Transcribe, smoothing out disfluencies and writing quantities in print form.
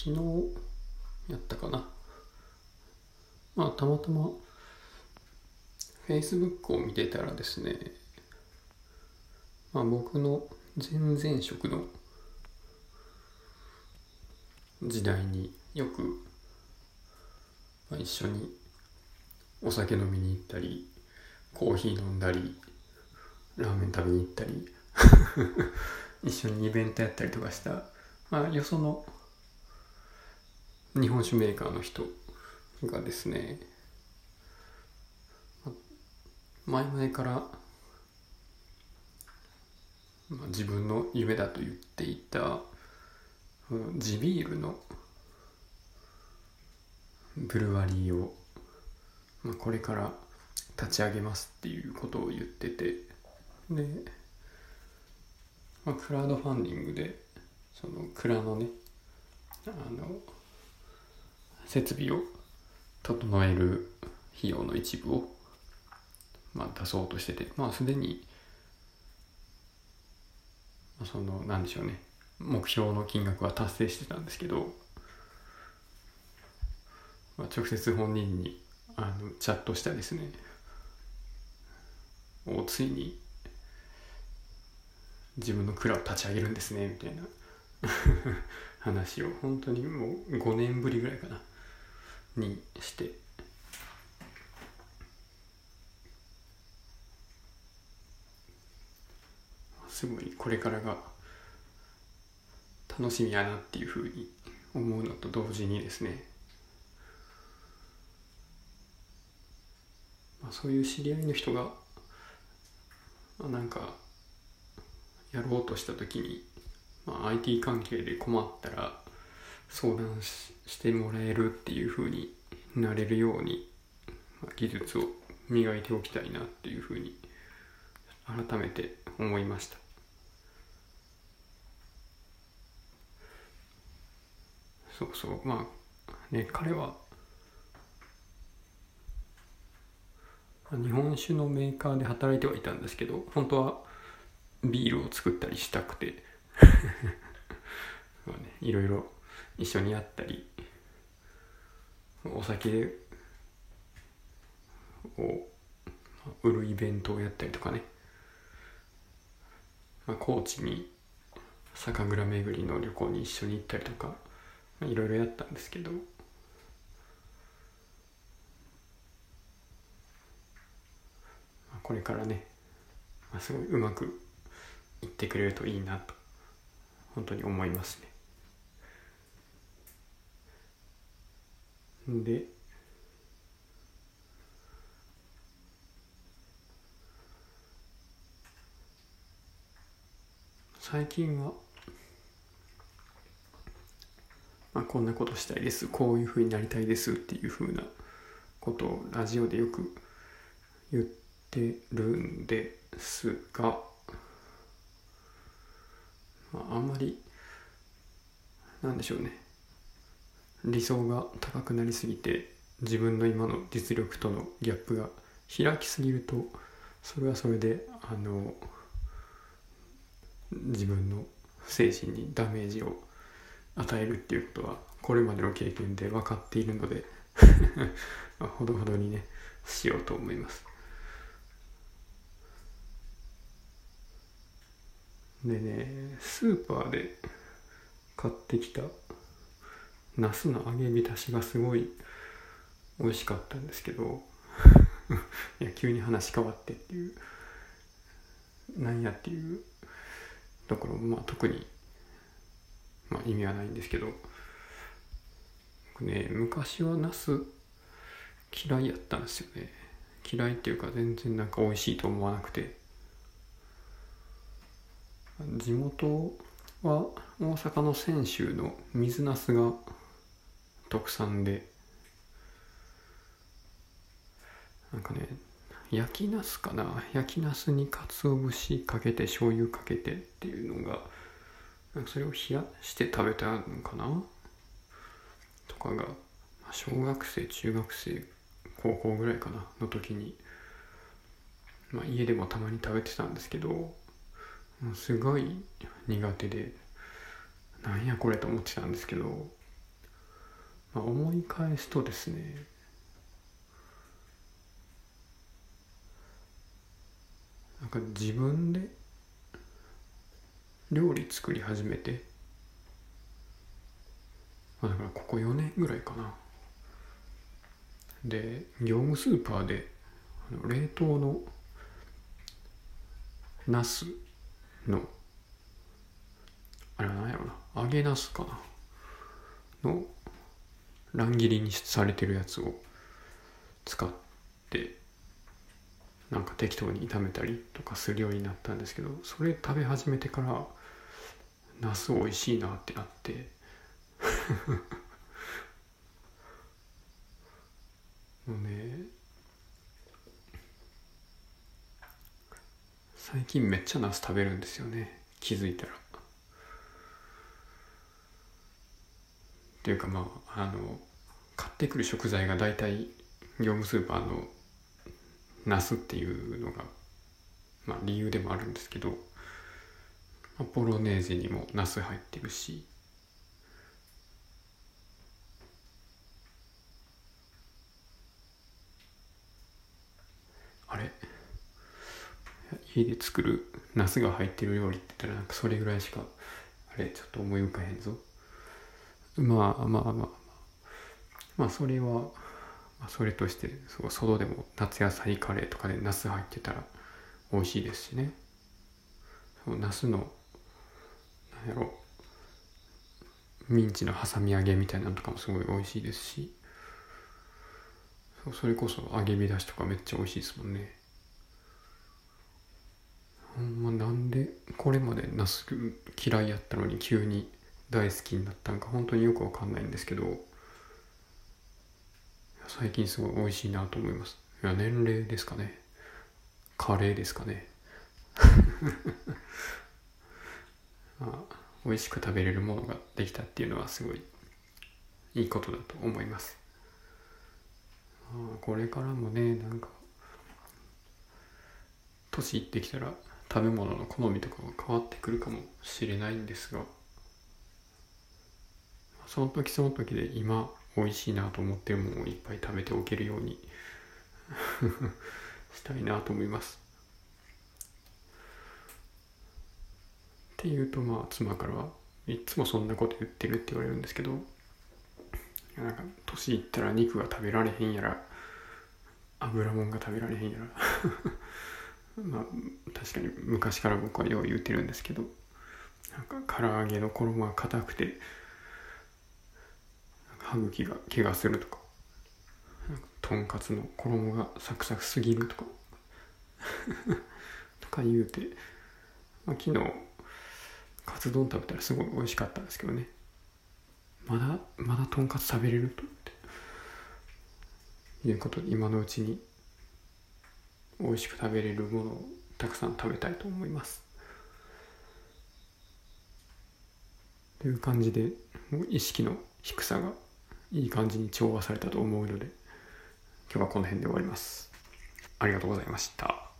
昨日やったかな。たまたま Facebook を見てたらですね、僕の前々職の時代によく、一緒にお酒飲みに行ったり、コーヒー飲んだり、ラーメン食べに行ったり一緒にイベントやったりとかした、よその日本酒メーカーの人がですね、前々から自分の夢だと言っていた地ビールのブルワリーをこれから立ち上げますっていうことを言ってて、で、クラウドファンディングでその蔵のね設備を整える費用の一部を出そうとしてて、すでになんでしょうね、目標の金額は達成してたんですけど、直接本人にチャットしたですね、ついに自分の蔵を立ち上げるんですねみたいな話を本当にもう5年ぶりぐらいかなにして、すごいこれからが楽しみやなっていうふうに思うのと同時にですね、そういう知り合いの人がなんかやろうとした時に、IT 関係で困ったら相談してもらえるっていう風になれるように、技術を磨いておきたいなっていう風に改めて思いました。彼は日本酒のメーカーで働いてはいたんですけど、本当はビールを作ったりしたくていろいろ一緒にやったり、お酒を売るイベントをやったりとかね、高知に酒蔵巡りの旅行に一緒に行ったりとか、いろいろやったんですけど、これからね、すごいうまくいってくれるといいなと本当に思いますね。で、最近は、こんなことしたいです、こういう風になりたいですっていう風なことをラジオでよく言ってるんですが、あんまりなんでしょうね、理想が高くなりすぎて自分の今の実力とのギャップが開きすぎると、それはそれで自分の精神にダメージを与えるっていうことはこれまでの経験で分かっているのでほどほどにねしようと思います。でね、スーパーで買ってきたナスの揚げ浸しがすごい美味しかったんですけどいや急に話変わってっていう、なんやっていうところも特に意味はないんですけど、僕ね、昔はナス嫌いやったんですよね。嫌いっていうか全然なんか美味しいと思わなくて、地元は大阪の泉州の水ナスが特産で、なんかね、焼きナスかな、焼きナスに鰹節かけて醤油かけてっていうのが、なんかそれを冷やして食べたのかなとかが、小学生中学生高校ぐらいかなの時に、家でもたまに食べてたんですけど、すごい苦手で、なんやこれと思ってたんですけど、 思い返すとですね、なんか自分で料理作り始めて、だからここ4年ぐらいかな。で、業務スーパーで冷凍のナスのあれは何やろな、揚げナスかなの乱切りにされてるやつを使ってなんか適当に炒めたりとかするようになったんですけど、それ食べ始めてからナス美味しいなってなってもうね、最近めっちゃナス食べるんですよね、気づいたら。っていうか買ってくる食材が大体業務スーパーのナスっていうのが理由でもあるんですけど、ボロネーゼにもナス入ってるし、あれ家で作るナスが入ってる料理って言ったらなんかそれぐらいしかちょっと思い浮かへんぞ。それはそれとして、外でも夏野菜カレーとかでナス入ってたら美味しいですしね。ナスのミンチの挟み揚げみたいなのとかもすごい美味しいですし、それこそ揚げ浸しとかめっちゃ美味しいですもんね。なんでこれまでナス嫌いやったのに急に大好きになったんか本当によくわかんないんですけど、最近すごい美味しいなと思います。いや、年齢ですかね、カレーですかね美味しく食べれるものができたっていうのはすごいいいことだと思います。これからもね、なんか年いってきたら食べ物の好みとかが変わってくるかもしれないんですが、その時その時で今美味しいなと思ってるものをいっぱい食べておけるようにしたいなと思います。っていうと妻からはいつもそんなこと言ってるって言われるんですけど、なんか年いったら肉が食べられへんやら油もんが食べられへんやら確かに昔から僕はよう言ってるんですけど、なんか唐揚げの衣が硬くて歯茎が怪我するとか、とんかつの衣がサクサクすぎるとかとか言うて、昨日カツ丼食べたらすごい美味しかったんですけどね、まだとんかつ食べれるということで、今のうちに美味しく食べれるものをたくさん食べたいと思います。という感じで、もう意識の低さがいい感じに調和されたと思うので、今日はこの辺で終わります。ありがとうございました。